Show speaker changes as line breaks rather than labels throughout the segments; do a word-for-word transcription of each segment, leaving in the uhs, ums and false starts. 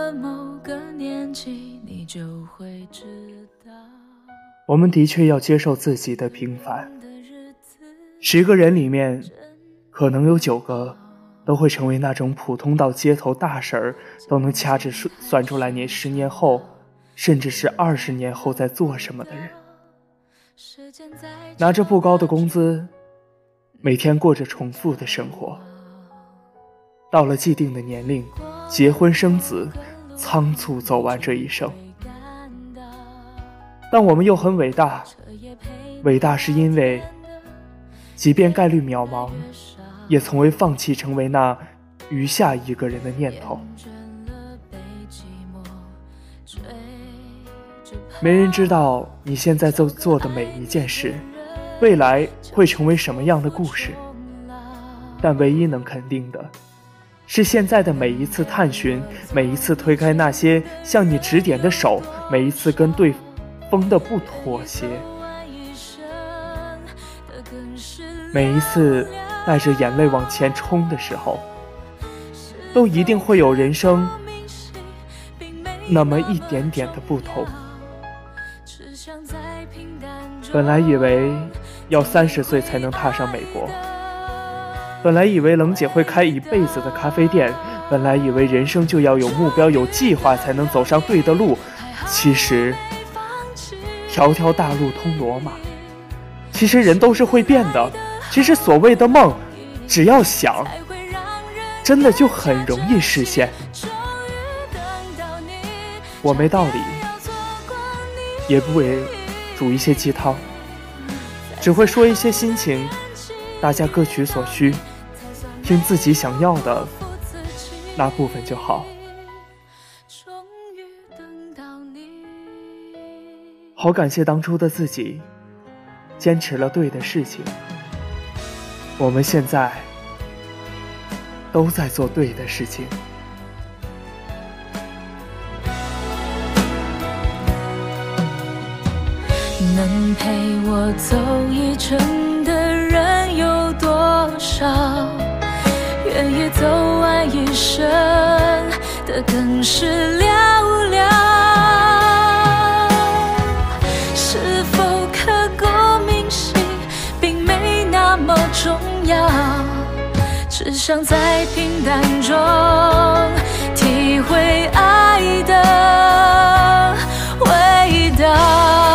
了某个年纪，你就会知道。
我们的确要接受自己的平凡，十个人里面可能有九个都会成为那种普通到街头大婶儿都能掐指算出来你十年后甚至是二十年后在做什么的人，拿着不高的工资，每天过着重复的生活，到了既定的年龄结婚生子，仓促走完这一生。但我们又很伟大，伟大是因为即便概率渺茫，也从未放弃成为那余下一个人的念头。没人知道你现在做做的每一件事未来会成为什么样的故事，但唯一能肯定的是，现在的每一次探寻，每一次推开那些向你指点的手，每一次跟对风的不妥协，每一次带着眼泪往前冲的时候，都一定会有人生那么一点点的不同。本来以为要三十岁才能踏上美国，本来以为冷姐会开一辈子的咖啡店，本来以为人生就要有目标有计划才能走上对的路，其实条条大路通罗马，其实人都是会变的，其实所谓的梦只要想真的就很容易实现。我没道理，也不会煮一些鸡汤，只会说一些心情，大家各取所需，听自己想要的那部分就好。好感谢当初的自己坚持了对的事情，我们现在都在做对的事情。
能陪我走一程的人有多少？愿意走完一生的更是寥寥。是否刻骨铭心并没那么重要，只想在平淡中体会爱的味道。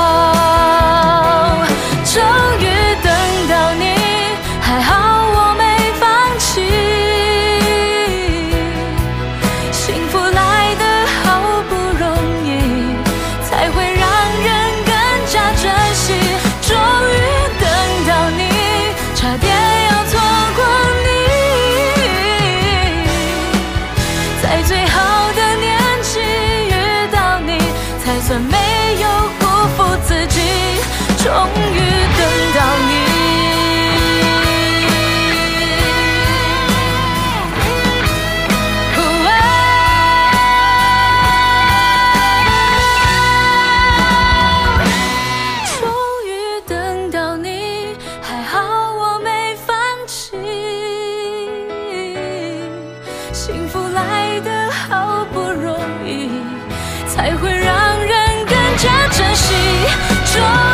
终于等到你，还好我没放弃，幸福来得好不容易，才会让人更加珍惜。终于等到你，差点要错过你，在最好的年纪遇到你，才算没有辜负自己。终于等到你，终于等到你，还好我没放弃，幸福来得好不容易，才会让人更加珍惜。终